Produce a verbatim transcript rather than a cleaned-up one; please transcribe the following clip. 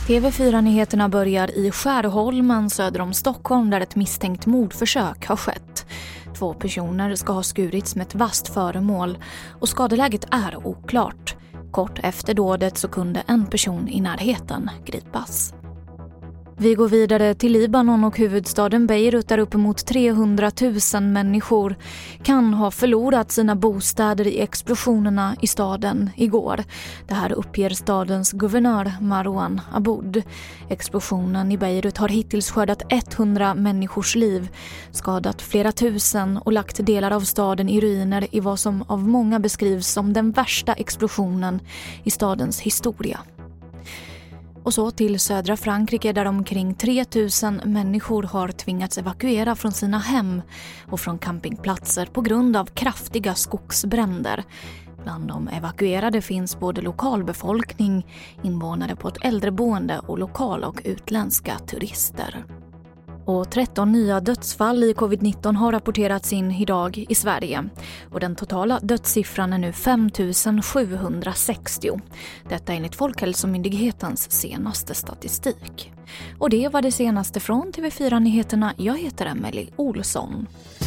T V fyra-nyheterna börjar i Skärholmen söder om Stockholm där ett misstänkt mordförsök har skett. Två personer ska ha skurits med ett vasst föremål och skadeläget är oklart. Kort efter dådet så kunde en person i närheten gripas. Vi går vidare till Libanon och huvudstaden Beirut där uppemot trehundratusen människor kan ha förlorat sina bostäder i explosionerna i staden igår. Det här uppger stadens guvernör Marwan Aboud. Explosionen i Beirut har hittills skördat hundra människors liv, skadat flera tusen och lagt delar av staden i ruiner i vad som av många beskrivs som den värsta explosionen i stadens historia. Och så till södra Frankrike där omkring tre tusen människor har tvingats evakuera från sina hem och från campingplatser på grund av kraftiga skogsbränder. Bland de evakuerade finns både lokalbefolkning, invånare på ett äldreboende och lokala och utländska turister. Och tretton nya dödsfall i covid nitton har rapporterats in idag i Sverige. Och den totala dödssiffran är nu fem tusen sjuhundrasextio. Detta enligt Folkhälsomyndighetens senaste statistik. Och det var det senaste från T V fyra-nyheterna. Jag heter Emelie Olsson.